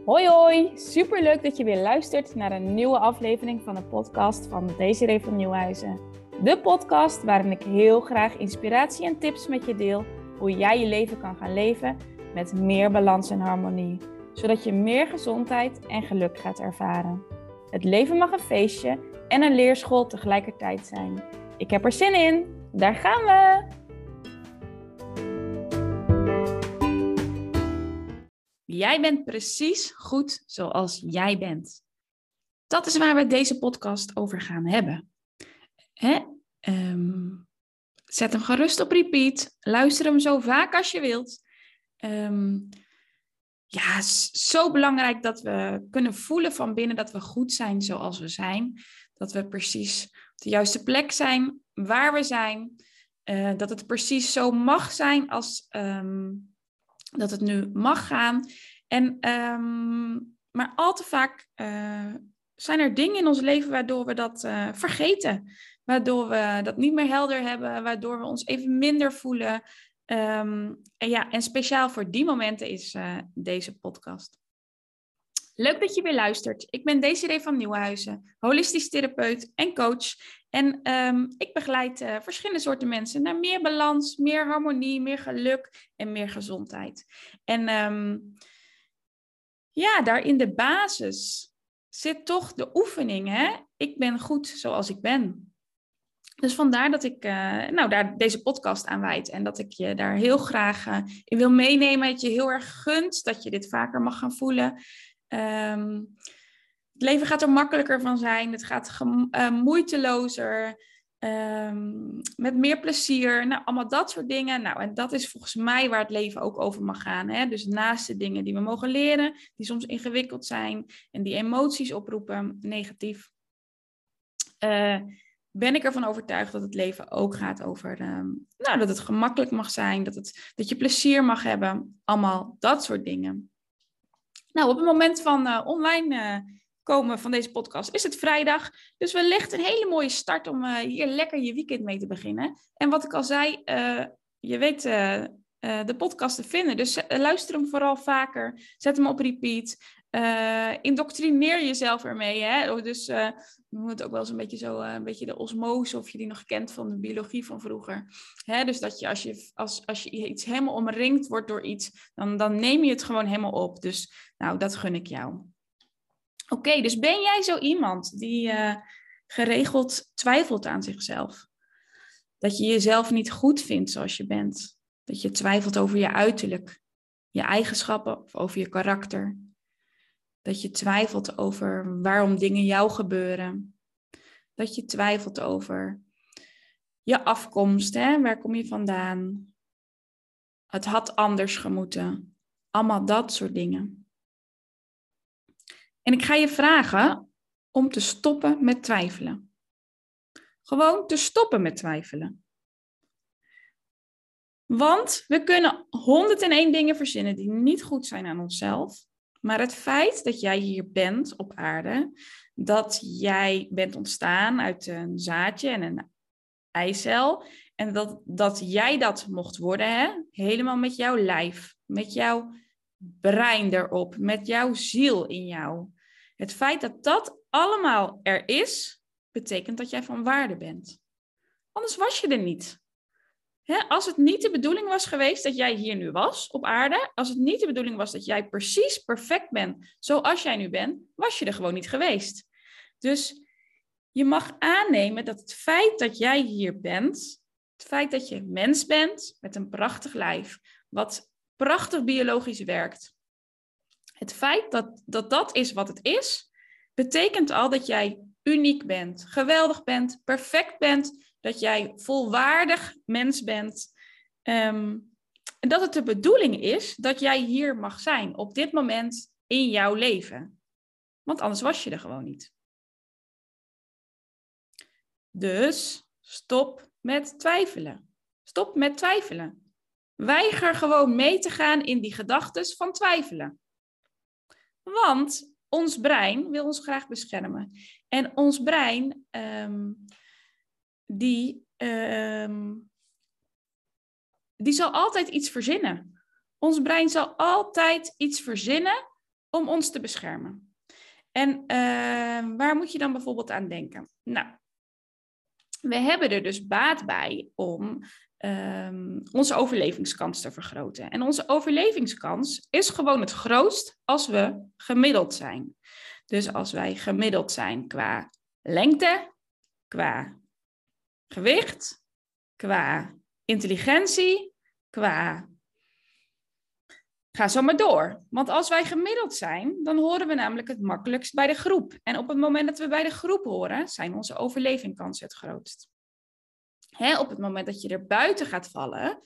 Hoi hoi, superleuk dat je weer luistert naar een nieuwe aflevering van de podcast van Desiree van Nieuwhuizen. De podcast waarin ik heel graag inspiratie en tips met je deel hoe jij je leven kan gaan leven met meer balans en harmonie. Zodat je meer gezondheid en geluk gaat ervaren. Het leven mag een feestje en een leerschool tegelijkertijd zijn. Ik heb er zin in, daar gaan we! Jij bent precies goed zoals jij bent. Dat is waar we deze podcast over gaan hebben. Zet hem gerust op repeat. Luister hem zo vaak als je wilt. Het is zo belangrijk dat we kunnen voelen van binnen dat we goed zijn zoals we zijn. Dat we precies op de juiste plek zijn, waar we zijn. Dat het precies zo mag zijn als dat het nu mag gaan. Maar al te vaak zijn er dingen in ons leven waardoor we dat vergeten. Waardoor we dat niet meer helder hebben. Waardoor we ons even minder voelen. En speciaal voor die momenten is deze podcast. Leuk dat je weer luistert. Ik ben Desiree van Nieuwhuizen, holistisch therapeut en coach. En ik begeleid verschillende soorten mensen naar meer balans, meer harmonie, meer geluk en meer gezondheid. En daar in de basis zit toch de oefening. Hè? Ik ben goed zoals ik ben. Dus vandaar dat ik daar deze podcast aan wijd. En dat ik je daar heel graag in wil meenemen. Dat je heel erg gunt dat je dit vaker mag gaan voelen. Het leven gaat er makkelijker van zijn. Het gaat moeitelozer. Met meer plezier. Nou, allemaal dat soort dingen. Nou, en dat is volgens mij waar het leven ook over mag gaan. Hè? Dus naast de dingen die we mogen leren. Die soms ingewikkeld zijn. En die emoties oproepen. Negatief. Ben ik ervan overtuigd dat het leven ook gaat over dat het gemakkelijk mag zijn. Dat je plezier mag hebben. Allemaal dat soort dingen. Nou, op het moment van online komen van deze podcast is het vrijdag. Dus wellicht een hele mooie start om hier lekker je weekend mee te beginnen. En wat ik al zei, je weet de podcast te vinden. Dus luister hem vooral vaker. Zet hem op repeat. Indoctrineer jezelf ermee. Hè? Dus we noemen het ook wel eens een beetje de osmose, of je die nog kent van de biologie van vroeger. Hè? Dus dat je als je iets helemaal omringd wordt door iets, dan neem je het gewoon helemaal op. Dus nou, dat gun ik jou. Oké, dus ben jij zo iemand die geregeld twijfelt aan zichzelf? Dat je jezelf niet goed vindt zoals je bent? Dat je twijfelt over je uiterlijk, je eigenschappen of over je karakter? Dat je twijfelt over waarom dingen jou gebeuren. Dat je twijfelt over je afkomst. Hè? Waar kom je vandaan? Het had anders gemoeten. Allemaal dat soort dingen. En ik ga je vragen om te stoppen met twijfelen. Gewoon te stoppen met twijfelen. Want we kunnen 101 dingen verzinnen die niet goed zijn aan onszelf. Maar het feit dat jij hier bent op aarde, dat jij bent ontstaan uit een zaadje en een eicel, en dat jij dat mocht worden, hè? Helemaal met jouw lijf, met jouw brein erop, met jouw ziel in jou. Het feit dat dat allemaal er is, betekent dat jij van waarde bent. Anders was je er niet. Als het niet de bedoeling was geweest dat jij hier nu was op aarde, als het niet de bedoeling was dat jij precies perfect bent zoals jij nu bent, was je er gewoon niet geweest. Dus je mag aannemen dat het feit dat jij hier bent, het feit dat je mens bent met een prachtig lijf, wat prachtig biologisch werkt, het feit dat is wat het is, betekent al dat jij uniek bent, geweldig bent, perfect bent, dat jij volwaardig mens bent. En dat het de bedoeling is dat jij hier mag zijn op dit moment in jouw leven. Want anders was je er gewoon niet. Dus stop met twijfelen. Stop met twijfelen. Weiger gewoon mee te gaan in die gedachtes van twijfelen. Want ons brein wil ons graag beschermen. En ons brein, die zal altijd iets verzinnen. Ons brein zal altijd iets verzinnen om ons te beschermen. En waar moet je dan bijvoorbeeld aan denken? Nou, we hebben er dus baat bij om onze overlevingskans te vergroten. En onze overlevingskans is gewoon het grootst als we gemiddeld zijn. Dus als wij gemiddeld zijn qua lengte, qua gewicht, qua intelligentie, qua... Ga zo maar door. Want als wij gemiddeld zijn, dan horen we namelijk het makkelijkst bij de groep. En op het moment dat we bij de groep horen, zijn onze overlevingskansen het grootst. Op het moment dat je er buiten gaat vallen,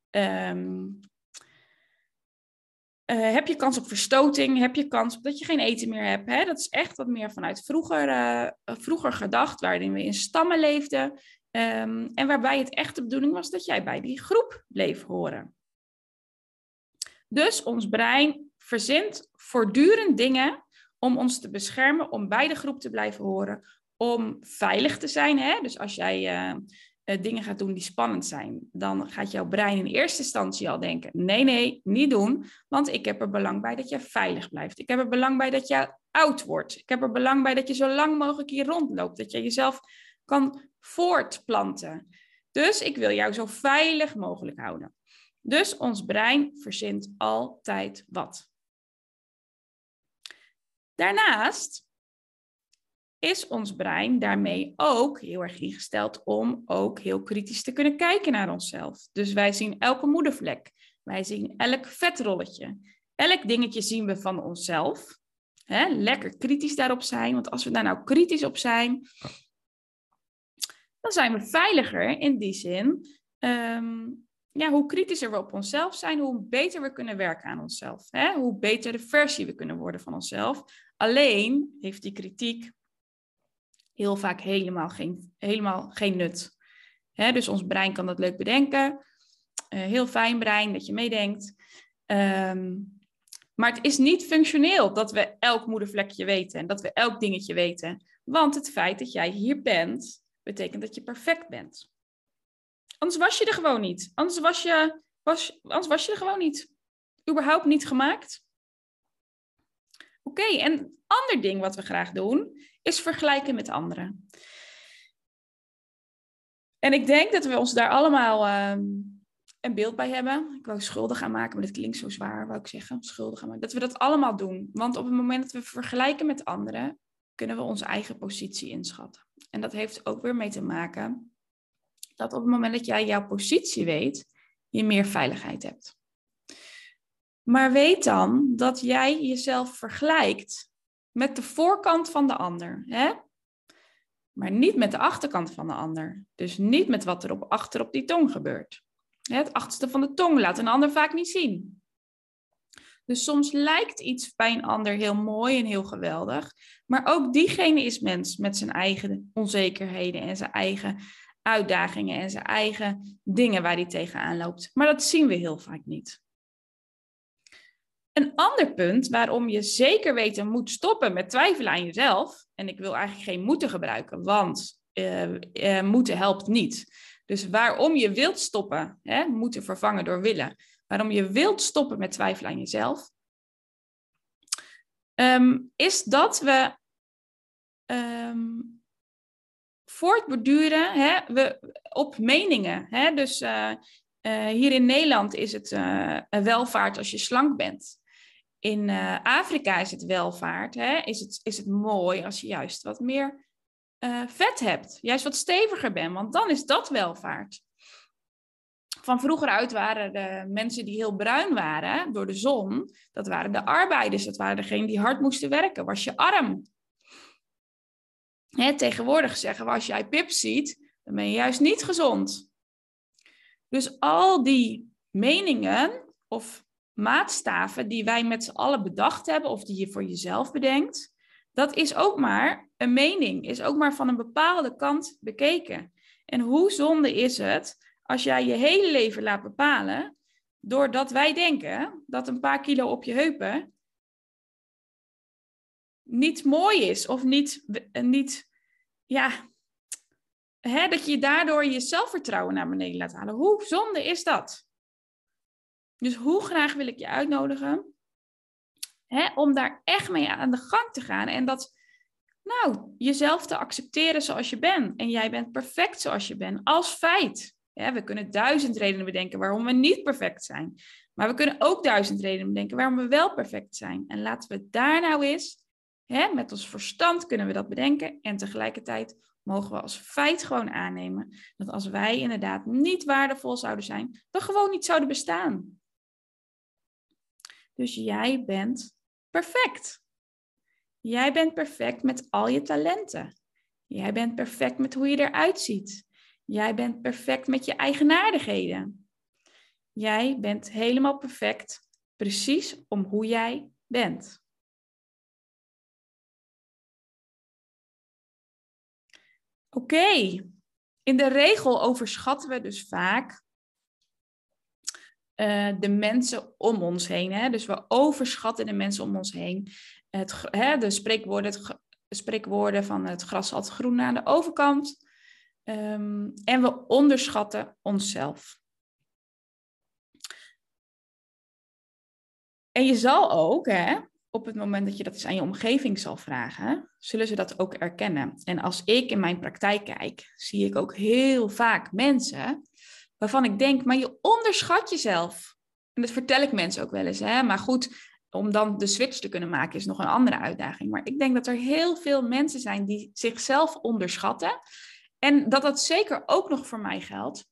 heb je kans op verstoting, heb je kans op dat je geen eten meer hebt. Dat is echt wat meer vanuit vroeger gedacht, waarin we in stammen leefden. En waarbij het echt de bedoeling was dat jij bij die groep bleef horen. Dus ons brein verzint voortdurend dingen om ons te beschermen, om bij de groep te blijven horen, om veilig te zijn. Dus als jij dingen gaat doen die spannend zijn, dan gaat jouw brein in eerste instantie al denken, nee, niet doen, want ik heb er belang bij dat jij veilig blijft. Ik heb er belang bij dat jij oud wordt. Ik heb er belang bij dat je zo lang mogelijk hier rondloopt, dat je jezelf kan voortplanten. Dus ik wil jou zo veilig mogelijk houden. Dus ons brein verzint altijd wat. Daarnaast is ons brein daarmee ook heel erg ingesteld om ook heel kritisch te kunnen kijken naar onszelf. Dus wij zien elke moedervlek, wij zien elk vetrolletje, elk dingetje zien we van onszelf. Lekker kritisch daarop zijn, want als we daar nou kritisch op zijn, dan zijn we veiliger in die zin. Hoe kritischer we op onszelf zijn, hoe beter we kunnen werken aan onszelf. Hoe beter de versie we kunnen worden van onszelf. Alleen heeft die kritiek heel vaak helemaal geen nut. Dus ons brein kan dat leuk bedenken. Heel fijn brein dat je meedenkt. Maar het is niet functioneel dat we elk moedervlekje weten en dat we elk dingetje weten. Want het feit dat jij hier bent, betekent dat je perfect bent. Anders was je er gewoon niet. Anders was je er gewoon niet. Überhaupt niet gemaakt. Oké, en een ander ding wat we graag doen, is vergelijken met anderen. En ik denk dat we ons daar allemaal een beeld bij hebben. Ik wou schuldig gaan maken, maar dat klinkt zo zwaar, wou ik zeggen. Schuldig gaan maken. Dat we dat allemaal doen. Want op het moment dat we vergelijken met anderen, kunnen we onze eigen positie inschatten. En dat heeft ook weer mee te maken dat op het moment dat jij jouw positie weet, je meer veiligheid hebt. Maar weet dan dat jij jezelf vergelijkt met de voorkant van de ander. Maar niet met de achterkant van de ander. Dus niet met wat er achter op die tong gebeurt. Het achterste van de tong laat een ander vaak niet zien. Dus soms lijkt iets bij een ander heel mooi en heel geweldig. Maar ook diegene is mens met zijn eigen onzekerheden en zijn eigen uitdagingen en zijn eigen dingen waar hij tegenaan loopt. Maar dat zien we heel vaak niet. Een ander punt waarom je zeker weten moet stoppen met twijfelen aan jezelf, en ik wil eigenlijk geen moeten gebruiken, want moeten helpt niet. Dus waarom je wilt stoppen, moeten vervangen door willen. Waarom je wilt stoppen met twijfelen aan jezelf, is dat we voortborduren op meningen. Dus hier in Nederland is het welvaart als je slank bent. In Afrika is het welvaart. Is het mooi als je juist wat meer vet hebt. Juist wat steviger bent, want dan is dat welvaart. Van vroeger uit waren de mensen die heel bruin waren door de zon, dat waren de arbeiders, dat waren degenen die hard moesten werken. Was je arm? Tegenwoordig zeggen we, als jij pips ziet, dan ben je juist niet gezond. Dus al die meningen of maatstaven die wij met z'n allen bedacht hebben, of die je voor jezelf bedenkt, dat is ook maar een mening, is ook maar van een bepaalde kant bekeken. En hoe zonde is het als jij je hele leven laat bepalen, doordat wij denken dat een paar kilo op je heupen niet mooi is, of dat je daardoor je zelfvertrouwen naar beneden laat halen. Hoe zonde is dat? Dus hoe graag wil ik je uitnodigen Om daar echt mee aan de gang te gaan. En dat, jezelf te accepteren zoals je bent. En jij bent perfect zoals je bent, als feit. We kunnen 1000 redenen bedenken waarom we niet perfect zijn. Maar we kunnen ook 1000 redenen bedenken waarom we wel perfect zijn. En laten we daar nou eens, met ons verstand kunnen we dat bedenken. En tegelijkertijd mogen we als feit gewoon aannemen dat als wij inderdaad niet waardevol zouden zijn, dan gewoon niet zouden bestaan. Dus jij bent perfect. Jij bent perfect met al je talenten. Jij bent perfect met hoe je eruit ziet. Jij bent perfect met je eigenaardigheden. Jij bent helemaal perfect, precies om hoe jij bent. Oké. In de regel overschatten we dus vaak de mensen om ons heen. Dus we overschatten de mensen om ons heen. De spreekwoorden van het gras is altijd groen aan de overkant. En we onderschatten onszelf. En je zal ook, op het moment dat je dat eens aan je omgeving zal vragen, zullen ze dat ook erkennen. En als ik in mijn praktijk kijk, zie ik ook heel vaak mensen waarvan ik denk, maar je onderschat jezelf. En dat vertel ik mensen ook wel eens. Maar goed, om dan de switch te kunnen maken is nog een andere uitdaging. Maar ik denk dat er heel veel mensen zijn die zichzelf onderschatten. En dat dat zeker ook nog voor mij geldt.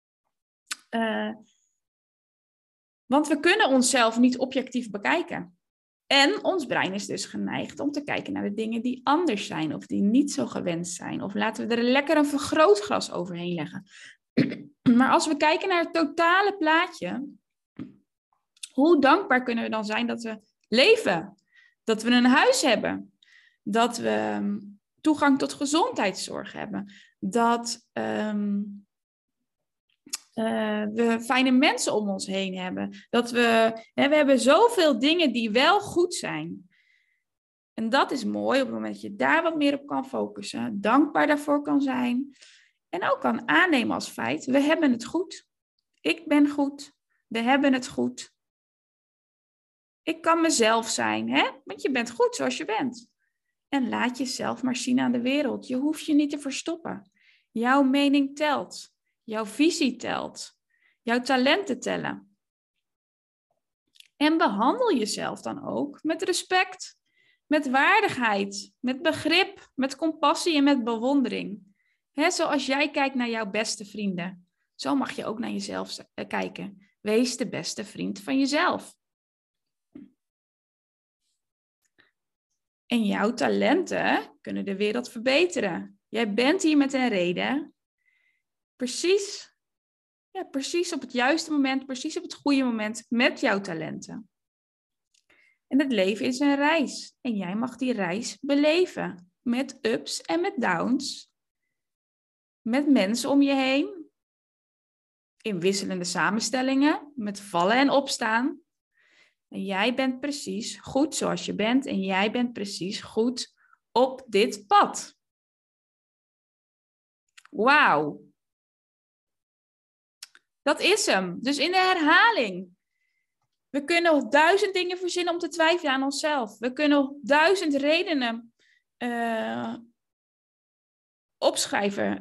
Want we kunnen onszelf niet objectief bekijken. En ons brein is dus geneigd om te kijken naar de dingen die anders zijn of die niet zo gewenst zijn. Of laten we er lekker een vergrootglas overheen leggen. Maar als we kijken naar het totale plaatje, hoe dankbaar kunnen we dan zijn dat we leven? Dat we een huis hebben. Dat we toegang tot gezondheidszorg hebben. Dat we fijne mensen om ons heen hebben. Dat we hebben zoveel dingen die wel goed zijn. En dat is mooi op het moment dat je daar wat meer op kan focussen. Dankbaar daarvoor kan zijn. En ook kan aannemen als feit. We hebben het goed. Ik ben goed. We hebben het goed. Ik kan mezelf zijn. Want je bent goed zoals je bent. En laat jezelf maar zien aan de wereld. Je hoeft je niet te verstoppen. Jouw mening telt. Jouw visie telt. Jouw talenten tellen. En behandel jezelf dan ook met respect, met waardigheid, met begrip, met compassie en met bewondering. Zoals jij kijkt naar jouw beste vrienden, zo mag je ook naar jezelf kijken. Wees de beste vriend van jezelf. En jouw talenten kunnen de wereld verbeteren. Jij bent hier met een reden. Precies op het juiste moment, precies op het goede moment met jouw talenten. En het leven is een reis. En jij mag die reis beleven. Met ups en met downs. Met mensen om je heen. In wisselende samenstellingen. Met vallen en opstaan. En jij bent precies goed zoals je bent. En jij bent precies goed op dit pad. Wauw. Dat is hem. Dus in de herhaling. We kunnen 1000 dingen verzinnen om te twijfelen aan onszelf. We kunnen 1000 redenen opschrijven.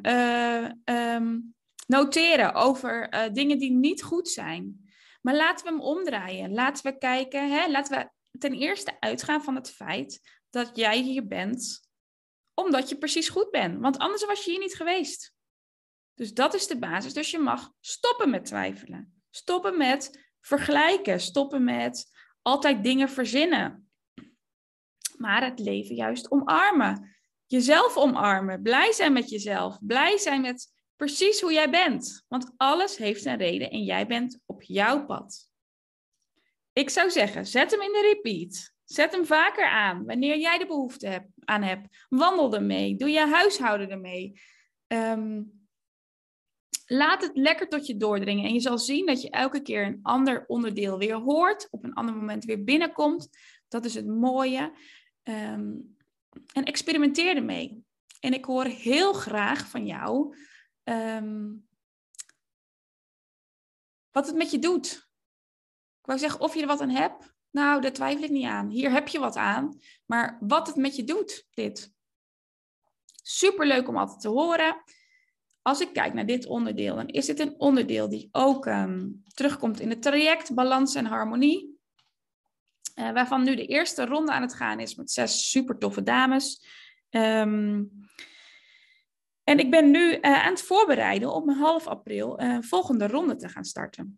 Noteren over dingen die niet goed zijn. Maar laten we hem omdraaien. Laten we kijken. Laten we ten eerste uitgaan van het feit dat jij hier bent. Omdat je precies goed bent. Want anders was je hier niet geweest. Dus dat is de basis. Dus je mag stoppen met twijfelen. Stoppen met vergelijken. Stoppen met altijd dingen verzinnen. Maar het leven juist omarmen. Jezelf omarmen. Blij zijn met jezelf. Blij zijn met precies hoe jij bent. Want alles heeft een reden en jij bent op jouw pad. Ik zou zeggen, zet hem in de repeat. Zet hem vaker aan. Wanneer jij de behoefte aan hebt. Wandel ermee. Doe je huishouden ermee. Laat het lekker tot je doordringen. En je zal zien dat je elke keer een ander onderdeel weer hoort. Op een ander moment weer binnenkomt. Dat is het mooie. En experimenteer ermee. En ik hoor heel graag van jou wat het met je doet. Ik wou zeggen of je er wat aan hebt. Nou, daar twijfel ik niet aan. Hier heb je wat aan. Maar wat het met je doet, dit. Superleuk om altijd te horen. Als ik kijk naar dit onderdeel, dan is dit een onderdeel die ook terugkomt in het traject Balans en Harmonie. Waarvan nu de eerste ronde aan het gaan is met 6 super toffe dames. En ik ben nu aan het voorbereiden om half april volgende ronde te gaan starten.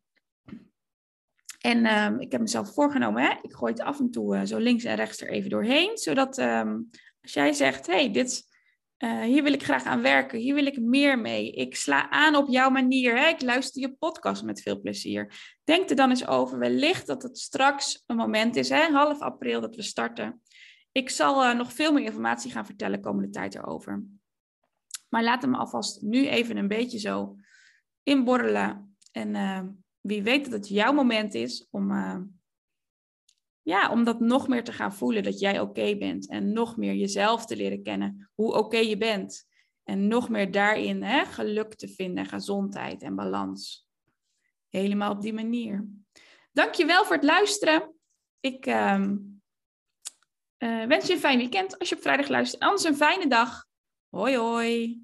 En ik heb mezelf voorgenomen, ik gooi het af en toe zo links en rechts er even doorheen. Zodat als jij zegt, hey, hier wil ik graag aan werken, hier wil ik meer mee. Ik sla aan op jouw manier, ik luister je podcast met veel plezier. Denk er dan eens over, wellicht dat het straks een moment is, half april dat we starten. Ik zal nog veel meer informatie gaan vertellen komende tijd erover. Maar laat hem alvast nu even een beetje zo inborrelen. En wie weet dat het jouw moment is om dat nog meer te gaan voelen. Dat jij oké bent. En nog meer jezelf te leren kennen. Hoe oké je bent. En nog meer daarin geluk te vinden. Gezondheid en balans. Helemaal op die manier. Dankjewel voor het luisteren. Ik wens je een fijn weekend als je op vrijdag luistert. Anders een fijne dag. Hoi hoi.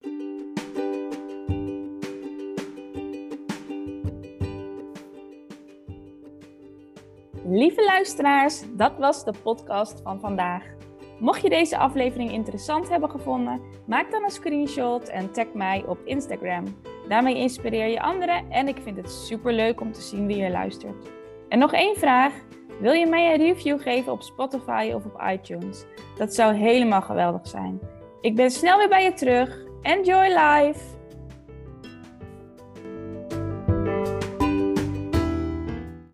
Lieve luisteraars, dat was de podcast van vandaag. Mocht je deze aflevering interessant hebben gevonden, maak dan een screenshot en tag mij op Instagram. Daarmee inspireer je anderen en ik vind het superleuk om te zien wie er luistert. En nog 1 vraag. Wil je mij een review geven op Spotify of op iTunes? Dat zou helemaal geweldig zijn. Ik ben snel weer bij je terug. Enjoy life!